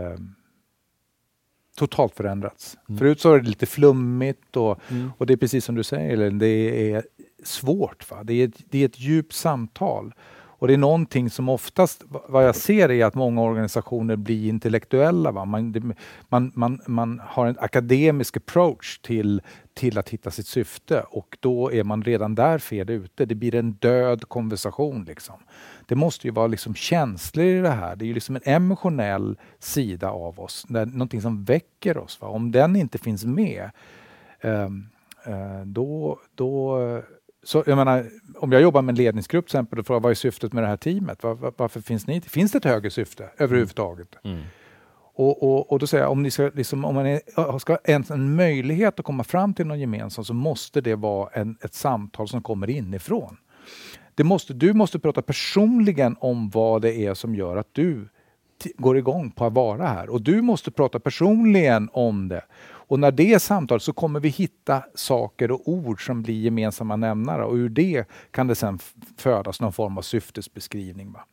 totalt förändrats. Förut så var det lite flummigt och det är precis som du säger, eller det är svårt. Va? Det är ett djupt samtal. Och det är någonting som oftast, vad jag ser är att många organisationer blir intellektuella. Va? Man har en akademisk approach till att hitta sitt syfte och då är man redan där fel ute. Det blir en död konversation. Liksom. Det måste ju vara liksom känslor i det här. Det är ju liksom en emotionell sida av oss. Någonting som väcker oss. Va? Om den inte finns med, så jag menar, om jag jobbar med en ledningsgrupp till exempel, då får jag, vad är syftet med det här teamet? Varför finns ni inte? Finns det ett högre syfte överhuvudtaget? Och då säger jag, om ni ska, liksom, om man ska ens en möjlighet att komma fram till någon gemensam så måste det vara ett samtal som kommer inifrån. Du måste prata personligen om vad det är som gör att du går igång på att vara här. Och du måste prata personligen om det. Och när det är samtal så kommer vi hitta saker och ord som blir gemensamma nämnare. Och ur det kan det sen födas någon form av syftesbeskrivning. Va?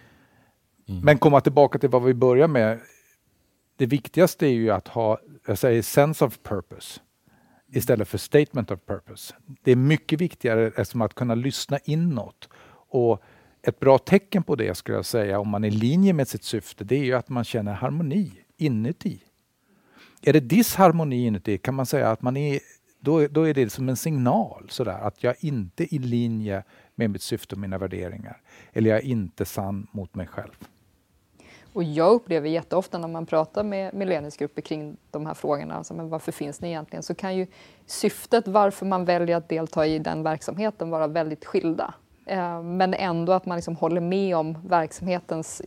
Men komma tillbaka till vad vi börjar med. Det viktigaste är ju att ha, jag säger, sense of purpose istället för statement of purpose. Det är mycket viktigare som att kunna lyssna inåt. Och ett bra tecken på det skulle jag säga, om man är i linje med sitt syfte, det är ju att man känner harmoni inuti. Är det disharmoni inuti kan man säga att man är, då är det som en signal sådär, att jag inte är i linje med mitt syfte och mina värderingar. Eller jag är inte sann mot mig själv. Och jag upplever jätteofta när man pratar med ledningsgrupper kring de här frågorna, alltså, men varför finns ni egentligen, så kan ju syftet varför man väljer att delta i den verksamheten vara väldigt skilda. Men ändå att man liksom håller med om verksamhetens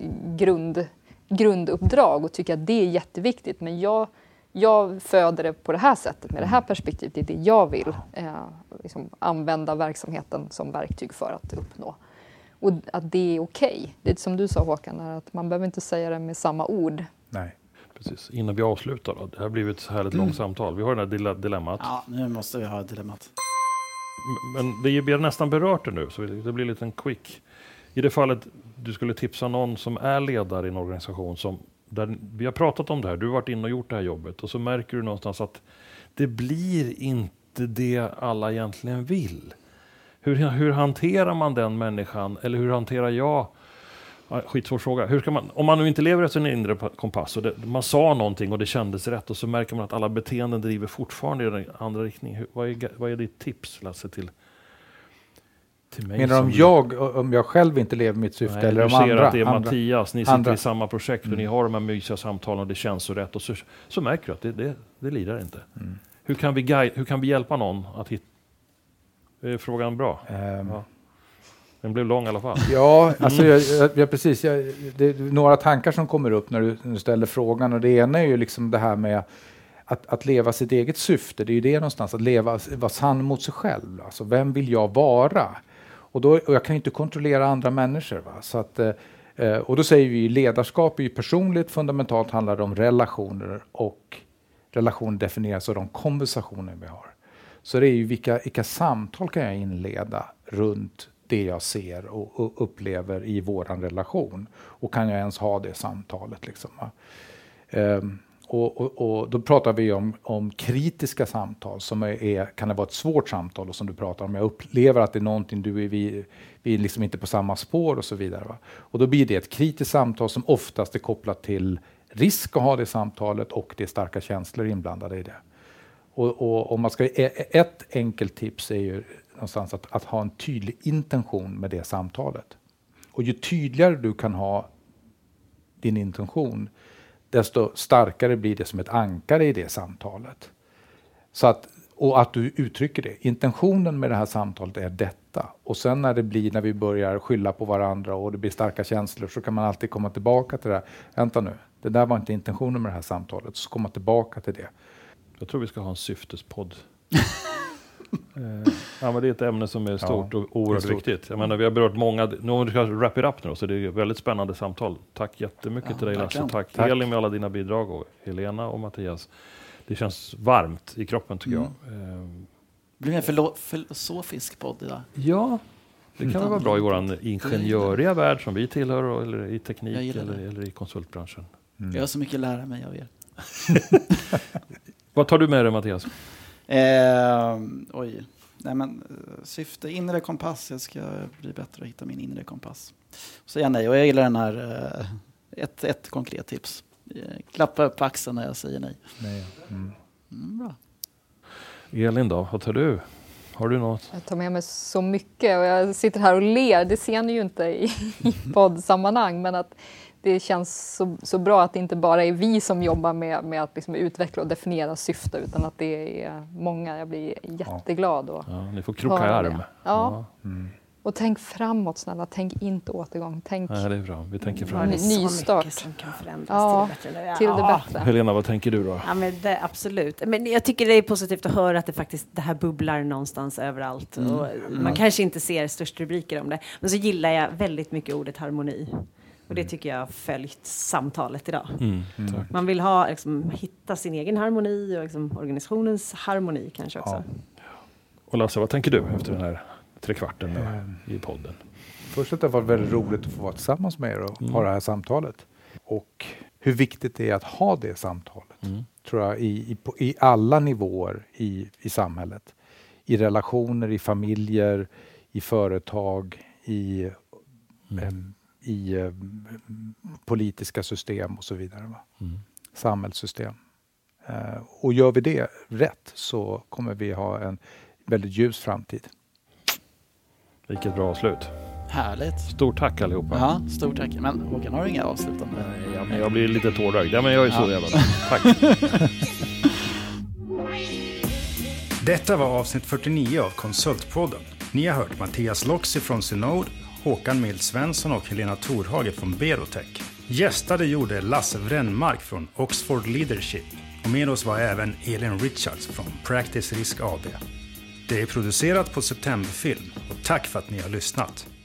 grunduppdrag och tycker att det är jätteviktigt. Men jag föder det på det här sättet, med det här perspektivet, det är det jag vill liksom använda verksamheten som verktyg för att uppnå. Och att det är okej. Det är som du sa Håkan, att man behöver inte säga det med samma ord. Nej. Precis. Innan vi avslutar då. Det har blivit ett härligt långt samtal. Vi har det här dilemmat. Ja, nu måste vi ha ett dilemmat. Men vi har nästan berört det nu, så det blir en liten quick. I det fallet du skulle tipsa någon som är ledare i en organisation där vi har pratat om det här, du har varit inne och gjort det här jobbet och så märker du någonstans att det blir inte det alla egentligen vill. Hur hanterar man den människan, eller hur hanterar jag skitsvår fråga. Hur ska man, om man nu inte lever efter en inre kompass och man sa någonting och det kändes rätt och så märker man att alla beteenden driver fortfarande i den andra riktningen. Vad är ditt tips, Lasse, till mig? Menar om jag själv inte lever mitt syfte? Nej, eller om du ser andra? att det är Mattias, ni sitter andra. i samma projekt och ni har de här mysiga samtalen och det känns så rätt och så märker du att det lirar inte. Hur kan vi hjälpa någon att hitta? Är frågan bra? Ja. Den blev lång i alla fall. Ja, alltså precis. Det är några tankar som kommer upp när du ställer frågan. Och det ena är ju liksom det här med att leva sitt eget syfte. Det är ju det någonstans, att vara sann mot sig själv. Alltså, vem vill jag vara? Och jag kan ju inte kontrollera andra människor. Va? Så att, och då säger vi ledarskap är ju personligt, fundamentalt handlar det om relationer. Och relationer definieras av de konversationer vi har. Så det är ju vilka samtal kan jag inleda runt det jag ser och upplever i våran relation. Och kan jag ens ha det samtalet? Liksom, och då pratar vi om kritiska samtal som kan det vara ett svårt samtal och som du pratar om. Jag upplever att det är någonting vi är liksom inte på samma spår och så vidare. Va? Och då blir det ett kritiskt samtal som oftast är kopplat till risk att ha det samtalet och det är starka känslor inblandade i det. Och om man ska, ett enkelt tips är ju någonstans att ha en tydlig intention med det samtalet. Och ju tydligare du kan ha din intention, desto starkare blir det som ett ankare i det samtalet. Och att du uttrycker det. Intentionen med det här samtalet är detta. Och sen när vi börjar skylla på varandra och det blir starka känslor, så kan man alltid komma tillbaka till det här. Vänta nu, det där var inte intentionen med det här samtalet. Så komma tillbaka till det. Jag tror vi ska ha en syftespodd. Ja, men det är ett ämne som är stort och oerhört viktigt. Jag menar, vi har berört många, nu ska wrap it up nu, så det är ett väldigt spännande samtal. Tack jättemycket till dig, Lasse. Tack Elin med alla dina bidrag och Helena och Mattias. Det känns varmt i kroppen tycker jag. Blir det en filosofisk podd idag? Ja, det kan vara bra i vår ingenjöriga värld som vi tillhör, eller i teknik eller i konsultbranschen. Jag har så mycket att lära mig av er. Vad tar du med dig, Mattias? Syfte, inre kompass. Jag ska bli bättre att hitta min inre kompass. Så nej, och jag gillar den här ett konkret tips. Klappa upp på axeln när jag säger nej. Bra. Elin då, vad tar du? Har du något? Jag tar med mig så mycket och jag sitter här och ler. Det ser ni ju inte i poddsammanhang, men att det känns så bra att det inte bara är vi som jobbar med att liksom utveckla och definiera syfte, utan att det är många. Jag blir jätteglad. Ni får kroka i arm. Ja. Och tänk framåt, snälla. Tänk inte återgång. Tänk det är bra. Vi tänker framåt. Så Nystart. mycket som kan förändras till det bättre. Till det bättre. Helena, vad tänker du då? Ja, men absolut. Men jag tycker det är positivt att höra att det här bubblar någonstans överallt. Och man kanske inte ser störst rubriker om det. Men så gillar jag väldigt mycket ordet harmoni. Och det tycker jag har följt samtalet idag. Man vill hitta sin egen harmoni och organisationens harmoni kanske också. Ja. Och Lasse, vad tänker du efter den här 3/4 i podden? Först att det var väldigt roligt att få vara tillsammans med er och ha det här samtalet. Och hur viktigt det är att ha det samtalet. Tror jag i alla nivåer i samhället. I relationer, i familjer, i företag, i politiska system och så vidare. Va? Samhällssystem. Och gör vi det rätt så kommer vi ha en väldigt ljus framtid. Vilket bra avslut. Härligt. Stort tack allihopa. Ja, stort tack. Men Håkan, har du inga avslutande? Ja, men jag blir lite tårögd. Ja, men jag är så jävla bra. Tack. Detta var avsnitt 49 av Konsultpodden. Ni har hört Mattias Loxi från Synode, Håkan Mild Svensson och Helena Thorhage från Berotech. Gästade gjorde Lasse Wrennmark från Oxford Leadership. Och med oss var även Elin Richards från Practice Risk AB. Det är producerat på Septemberfilm och tack för att ni har lyssnat.